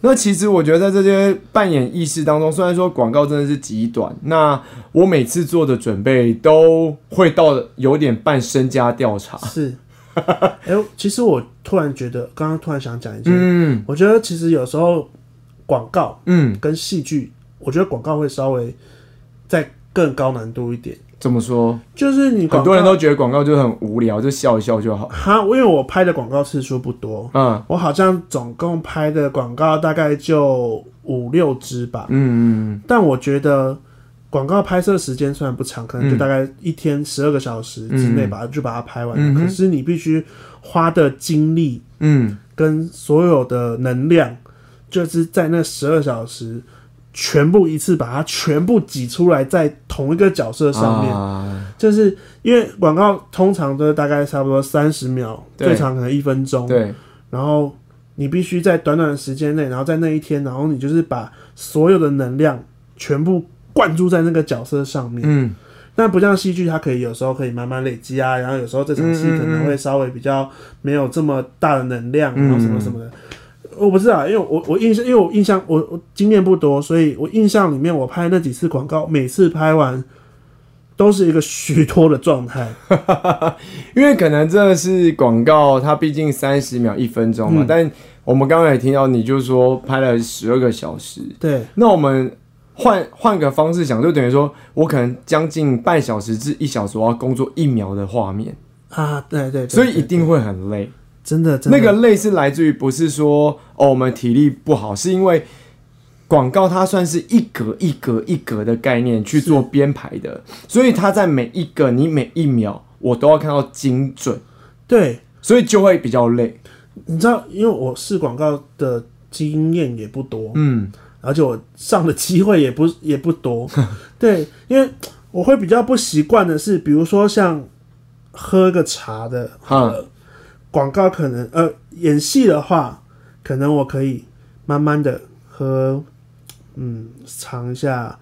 那其实我觉得在这些扮演意识当中，虽然说广告真的是极短，那我每次做的准备都会到有点半身家调查。 是，其实我突然觉得，刚刚突然想讲一件，我觉得其实有时候广告，跟戏剧，我觉得广告会稍微再更高难度一点。 怎么说？ 就是你很多人都觉得广告就很无聊，就笑一笑就好。 因为我拍的广告次数不多，我好像总共拍的广告大概就5-6支吧，但我觉得广告拍摄时间虽然不长，可能就大概一天12个小时之内就把它拍完了，可是你必须花的精力，跟所有的能量，就是在那12小时。全部一次把它全部挤出来，在同一个角色上面，就是因为广告通常都大概差不多30秒，最长可能1分钟。对，然后你必须在短短的时间内，然后在那一天，然后你就是把所有的能量全部灌注在那个角色上面。但不像戏剧，它可以有时候可以慢慢累积啊，然后有时候这场戏可能会稍微比较没有这么大的能量，然后什么什么的。我不知道，因为我印象我经验不多，所以我印象里面我拍那几次广告，每次拍完都是一个虚脱的状态， 因为可能这是广告，它毕竟30秒1分钟嘛，但我们刚才也听到你就说拍了12个小时， 对， 那我们换个方式想，就等于说我可能将近半小时至1小时，我要工作1秒的画面啊，对， 所以一定会很累。 真的， 那个累是来自于不是说我们体力不好，是因为广告它算是一格一格一格的概念去做编排的，所以它在每一个你每一秒我都要看到精准， 对， 所以就会比较累。 你知道，因为我试广告的经验也不多，而且我上的机会也不多，对，因为我会比较不习惯的是，比如说像喝个茶的，广告可能演戏的话，可能我可以慢慢的喝，尝一下，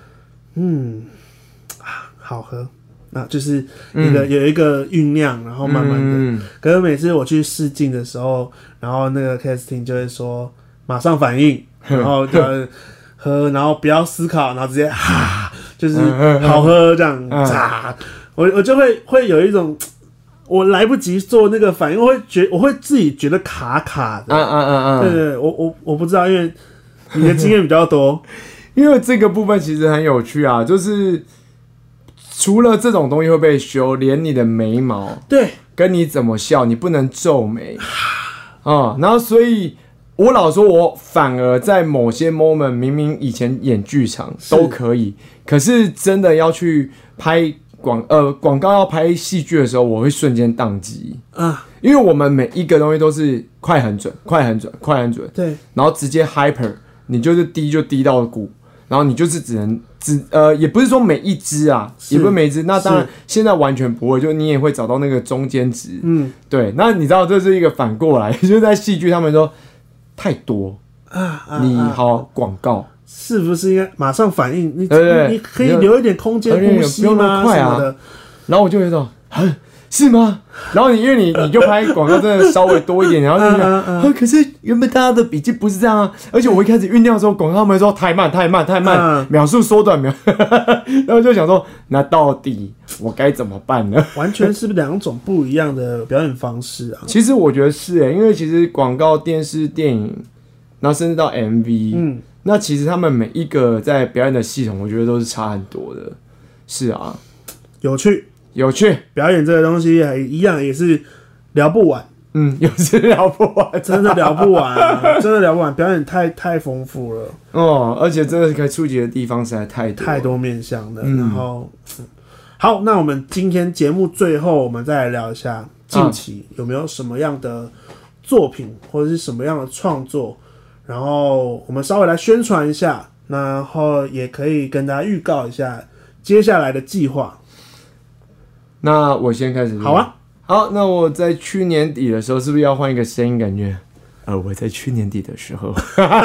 好喝，那就是有一个酝酿，然后慢慢的。可是每次我去试镜的时候，然后那个 casting 就会说马上反应，然后就喝，然后不要思考，然后直接就是好喝这样，我就会有一种。我来不及做那个反应，我会自己觉得卡卡的。对，我不知道，因为你的经验比较多， 因为这个部分其实很有趣啊，就是除了这种东西会被修，连你的眉毛， 对， 跟你怎么笑，你不能皱眉然后所以我老说，我反而在某些 moment， 明明以前演剧场都可以，可是真的要去拍。广告要拍戏剧的时候，我会瞬间宕机因为我们每一个东西都是快很准， 对， 然后直接 hyper， 你就是低就低到骨，然后你就是只能也不是说每一支也不是每一支，那当然现在完全不会，就你也会找到那个中间值，对，那你知道这是一个反过来，就是在戏剧他们说太多你好广告。 是不是应该马上反应？你可以留一点空间呼吸吗？ 快啊！然后我就有一种，是吗？然后因为你就拍广告真的稍微多一点，然后就想，可是原本大家的笔记不是这样啊！而且我一开始酝酿的时候，广告他们说太慢，秒数缩短然后就想说，那到底我该怎么办呢？ 完全是2种不一样的表演方式啊！ 其实我觉得是因为其实广告、电视、电影，然后甚至到 MV，那其实他们每一个在表演的系统，我觉得都是差很多的。是啊， 有趣，表演这个东西还一样也是聊不完。 有时聊不完， 真的聊不完，真的聊不完。表演太丰富了而且真的可以触及的地方实在太多面向了。然后，好，那我们今天节目最后，我们再来聊一下近期有没有什么样的作品或者是什么样的创作。然后我们稍微来宣传一下，然后也可以跟大家预告一下接下来的计划。 那我先开始。 好啊， 好，那我在去年底的时候，是不是要换一个声音？感觉我在去年底的时候，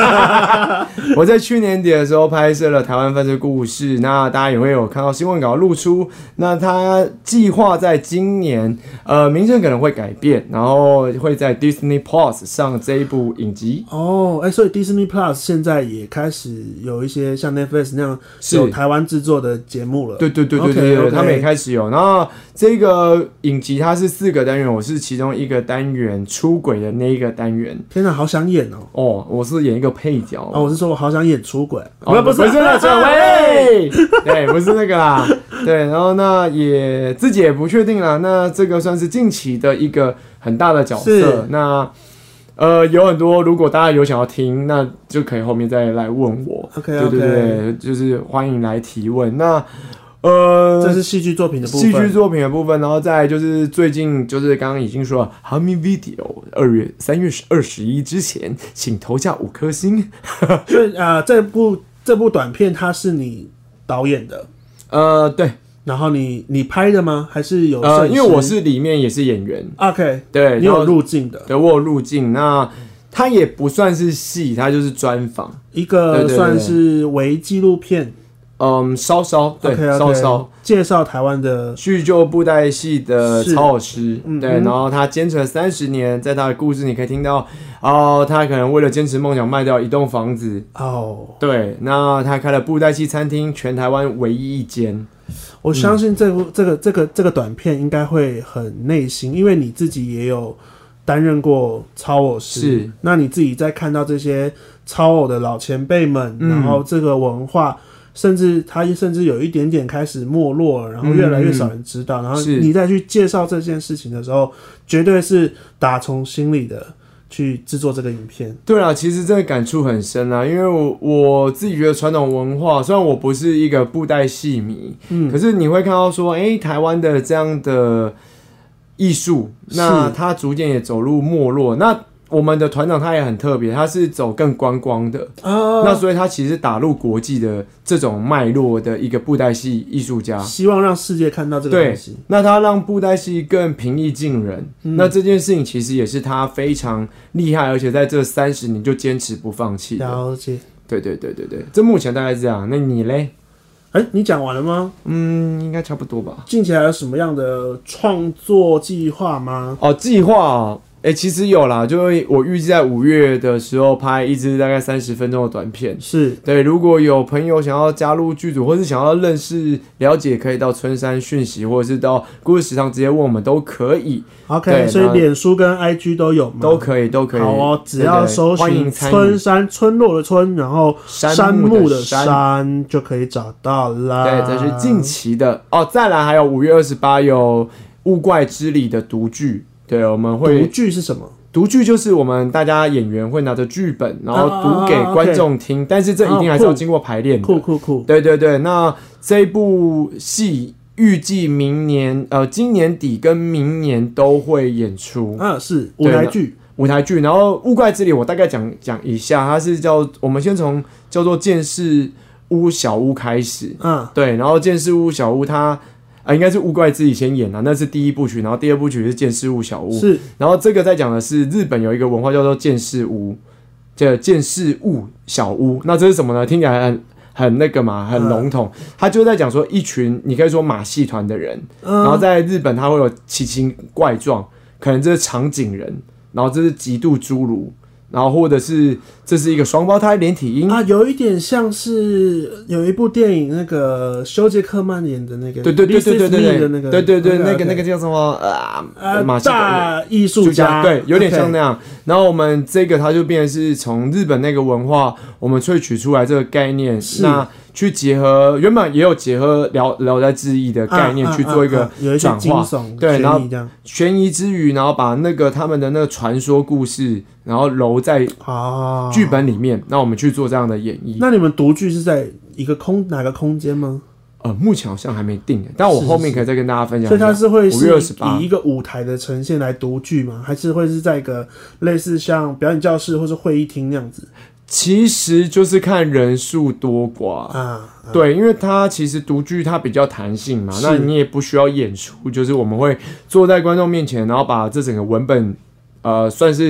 拍摄了台湾犯罪故事，那大家也会有看到新闻稿露出。那他计划在今年，名称可能会改变，然后会在 Disney Plus 上这一部影集。 所以 Disney Plus 现在也开始有一些像 Netflix 那样有台湾制作的节目了。 对，他们也开始有。然后这个影集它是4个单元，我是其中一个单元出轨的那一个单元。 天哪，好想演哦！我是演一个配角我是说我好想演出轨。 不是那个喂，对，不是那个啦。对，然后那也自己也不确定啦。那这个算是近期的一个很大的角色。那有很多，如果大家有想要听，那就可以后面再来问我。 OK， 对，就是欢迎来提问。那这是戏剧作品的部分，然后再来就是最近就是刚刚已经说了 ，Hami Video 3月21之前，请投下5颗星。 所以这部短片它是你导演的， 对。 然后你拍的吗？还是有摄影师？ 因为我是里面也是演员。 OK， 对， 你有入镜的。 对，我有入镜。那它也不算是戏，它就是专访， 一个算是微纪录片。 稍稍介绍台湾的叙旧布袋戏的曹老师。对，然后他坚持了30年，在他的故事你可以听到，他可能为了坚持梦想卖掉1栋房子。对，那他开了布袋戏餐厅，全台湾唯一一间。 我相信这个短片应该会很内心，因为你自己也有担任过操偶师。 是， 那你自己在看到这些操偶的老前辈们，然后这个文化。甚至有一点点开始没落了，然后越来越少人知道，然后你再去介绍这件事情的时候，绝对是打从心里的去制作这个影片。 对啊，其实这个感触很深啊，因为我自己觉得传统文化，虽然我不是一个布袋戏迷，可是你会看到说，台湾的这样的艺术，那它逐渐也走入没落。那我们的团长他也很特别，他是走更观光的，那所以他其实打入国际的这种脉络的一个布袋戏艺术家， 希望让世界看到这个东西。 对，那他让布袋戏更平易近人，那这件事情其实也是他非常厉害，而且在这30年就坚持不放弃。 了解。 对，这目前大概是这样。那你嘞？ 你讲完了吗？ 应该差不多吧。 近期还有什么样的创作计划吗？ 计划其实有啦，就我预计在5月的时候拍一支大概30分钟的短片。 是， 对，如果有朋友想要加入剧组，或是想要认识了解，可以到春山讯息，或者是到故事食堂直接问我们都可以。 OK， 所以脸书跟 IG 都有吗？ 都可以。 好只要搜寻春山，村落的村，然后山木的山就可以找到啦。 对，这是近期的再来还有5月28有物怪之里的读剧。对，我们会读剧是什么？ 读剧就是我们大家演员会拿着剧本，然后读给观众听，但是这一定还是要经过排练的。 酷。 对，那这一部戏预计今年底跟明年都会演出。 是舞台剧。然后物怪之里我大概讲一下，它是我们先从叫做剑士屋小屋开始。对，然后剑士屋小屋它。应该是物怪之里先演那是第1部曲，然后第2部曲是剑士屋小屋。 是， 然后这个在讲的是日本有一个文化叫做剑士屋，叫剑士屋小屋。那这是什么呢？听起来很那个嘛，很笼统。他就在讲说一群你可以说马戏团的人，然后在日本他会有奇形怪状，可能这是长颈人，然后这是极度侏儒。然后或者是这是一个双胞胎连体婴有一点像是有一部电影那个休杰克曼演的那个， 对那个叫什么大艺术家， 对，有点像那样。然后我们这个它就变成是从日本那个文化我们萃取出来这个概念，那去结合原本也有结合聊斋志异的概念去做一个转化，对，然后悬疑之余，然后把那个他们的那个传说故事，然后揉在剧本里面，那我们去做这样的演绎。 那你们读剧是在哪个空间吗？ 目前好像还没定，但我后面可以再跟大家分享一下。 所以它是会 5月28 以一个舞台的呈现来读剧吗？还是会是在一个类似像表演教室或是会议厅那样子？ 其实就是看人数多寡对，因为它其实读剧它比较弹性嘛，那你也不需要演出，就是我们会坐在观众面前，然后把这整个文本算是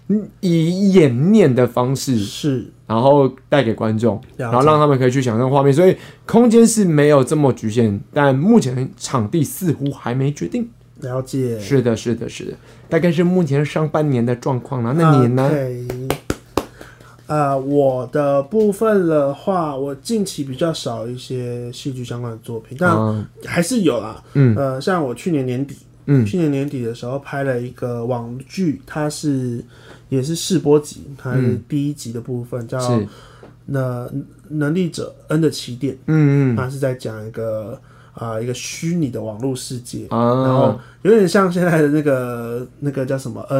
以演念的方式是， 然后带给观众，然后让他们可以去想象画面，所以空间是没有这么局限，但目前场地似乎还没决定。 了解， 是的，大概是目前上半年的状况了。那你呢？ 我的部分的话，我近期比较少一些戏剧相关的作品，但还是有啦。像我去年年底的时候拍了一个网剧，它也是试播集，它是第一集的部分，叫能力者 N 的起点。它是在讲一个虚拟的网络世界，然后有点像现在的那个叫什么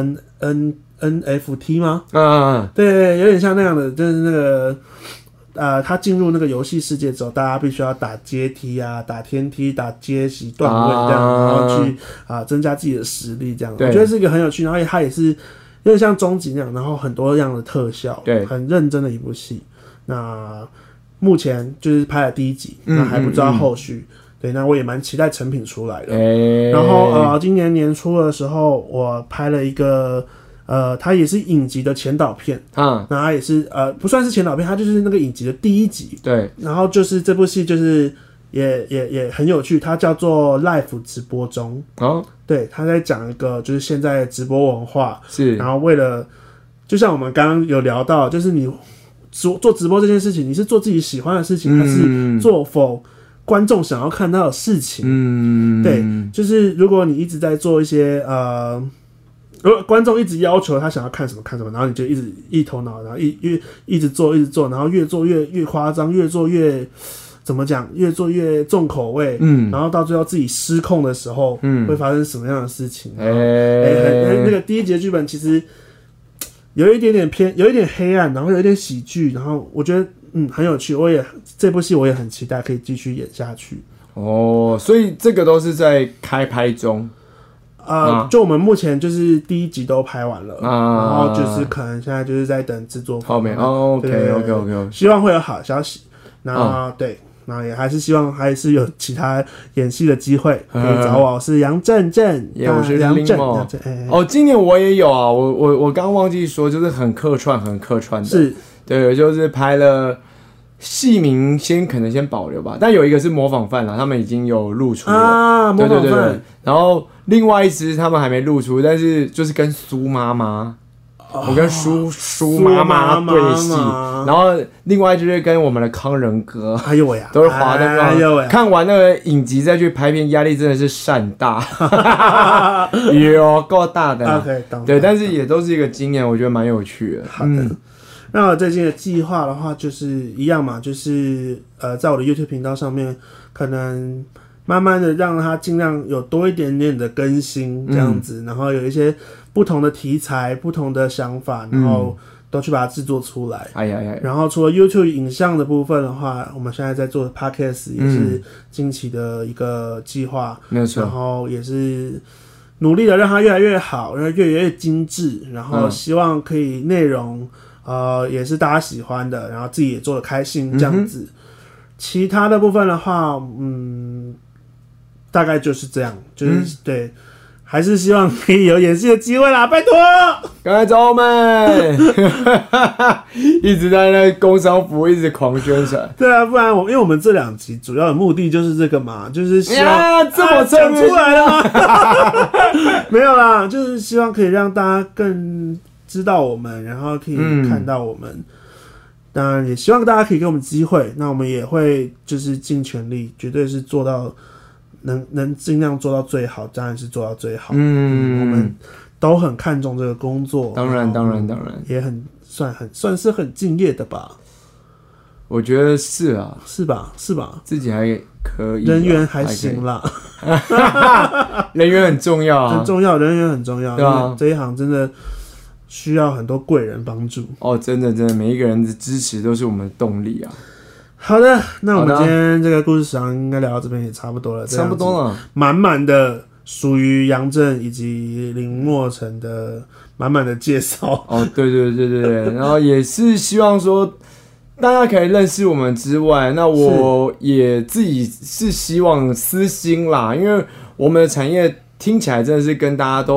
NFT 吗？对，有点像那样的，就是那个他进入那个游戏世界之后，大家必须要打阶梯啊，打天梯，打阶级段位这样，然后去增加自己的实力这样。我觉得是一个很有趣，然后它也是有点像终极那样，然后很多样的特效，对，很认真的一部戏。那目前就是拍了第一集，那还不知道后续。对，那我也蛮期待成品出来的。然后今年年初的时候，我拍了一个它也是影集的前导片，那它也是不算是前导片，它就是那个影集的第一集。对，然后就是这部戏就是也很有趣，它叫做 Live 直播中。对，它在讲一个就是现在的直播文化，是，然后为了就像我们刚刚有聊到，就是你做直播这件事情，你是做自己喜欢的事情，还是做否观众想要看到的事情？对，就是如果你一直在做一些如果观众一直要求他想要看什么，然后你就一头脑，然后一直做，然后越做越夸张，越做越怎么讲，越做越重口味，然后到最后自己失控的时候，会发生什么样的事情？那个第一集的剧本其实有一点黑暗，然后有一点喜剧，然后我觉得很有趣，这部戏我也很期待可以继续演下去。 所以这个都是在开拍中。 就我们目前就是第一集都拍完了，然后就是可能现在就是在等制作方面。OK， 希望会有好消息。对，那也还是希望还是有其他演戏的机会，可以找我。我是杨正， 我是杨正。今年我也有啊，我刚忘记说，就是很客串的，是，对，就是拍了。戏名可能先保留吧，但有一个是模仿犯啦，他们已经有露出了模仿犯。然后另外一支他们还没露出，但是就是跟苏妈妈，我跟苏妈妈对戏，然后另外就是跟我们的康仁哥，都是华灯看完那个影集再去拍片，压力真的是山大，有够大的。对，但是也都是一个经验，我觉得蛮有趣的。 好的。那我最近的计划的话，就是一样嘛，就是在我的 YouTube 频道上面，可能慢慢的让它尽量有多一点点的更新这样子，然后有一些不同的题材、不同的想法，然后都去把它制作出来。然后除了 YouTube 影像的部分的话，我们现在在做的 Podcast 也是近期的一个计划，没有错。然后也是努力的让它越来越好，然后越来越精致，然后希望可以内容。也是大家喜欢的，然后自己也做得开心这样子。其他的部分的话，大概就是这样，就是对，还是希望可以有演戏的机会啦，拜托！ 赶快找我们！一直在那工商服一直狂宣传。 对啊，不然因为我们这2集主要的目的就是这个嘛，就是希望这么讲出来了吗？没有啦，就是希望可以让大家更知道我们，然后可以看到我们。当然也希望大家可以给我们机会，那我们也会就是尽全力，绝对是做到能尽量做到最好，当然是做到最好。我们都很看重这个工作， 当然， 也算是很敬业的吧。 我觉得是啊， 是吧？ 自己还可以， 人缘还行啦。 人缘很重要啊， 很重要，人缘很重要。对啊，这一行真的需要很多贵人帮助哦，真的，每一个人的支持都是我们的动力啊。 好的，那我们今天这个故事上应该聊到这边也差不多了， 差不多了， 满满的属于杨正以及林默成的满满的介绍。 哦，对，然后也是希望说大家可以认识我们之外，那我也自己是希望私心啦，因为我们的产业听起来真的是跟大家都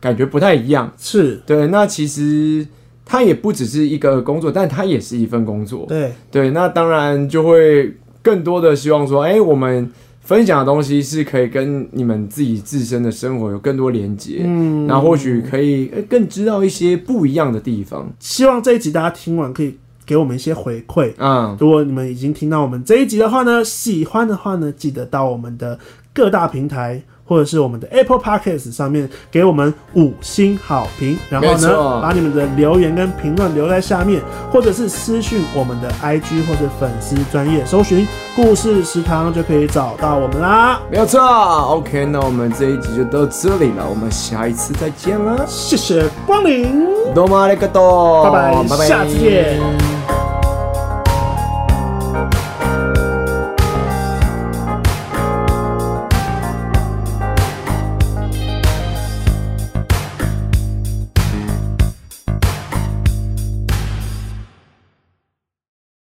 感觉不太一样。 是对，那其实它也不只是一个工作，但它也是一份工作。对，那当然就会更多的希望说，我们分享的东西是可以跟你们自己自身的生活有更多连结，然后或许可以更知道一些不一样的地方。 希望这一集大家听完可以给我们一些回馈。如果你们已经听到我们这一集的话呢，喜欢的话呢，记得到我们的各大平台或者是我们的 Apple Podcast 上面给我们5星好评，然后呢把你们的留言跟评论留在下面，或者是私讯我们的 IG 或者粉丝专页搜寻故事食堂就可以找到我们啦。 没有错 OK， 那我们这一集就到这里了，我们下一次再见了， 谢谢光临， どうもありがとう， 拜拜，下次见。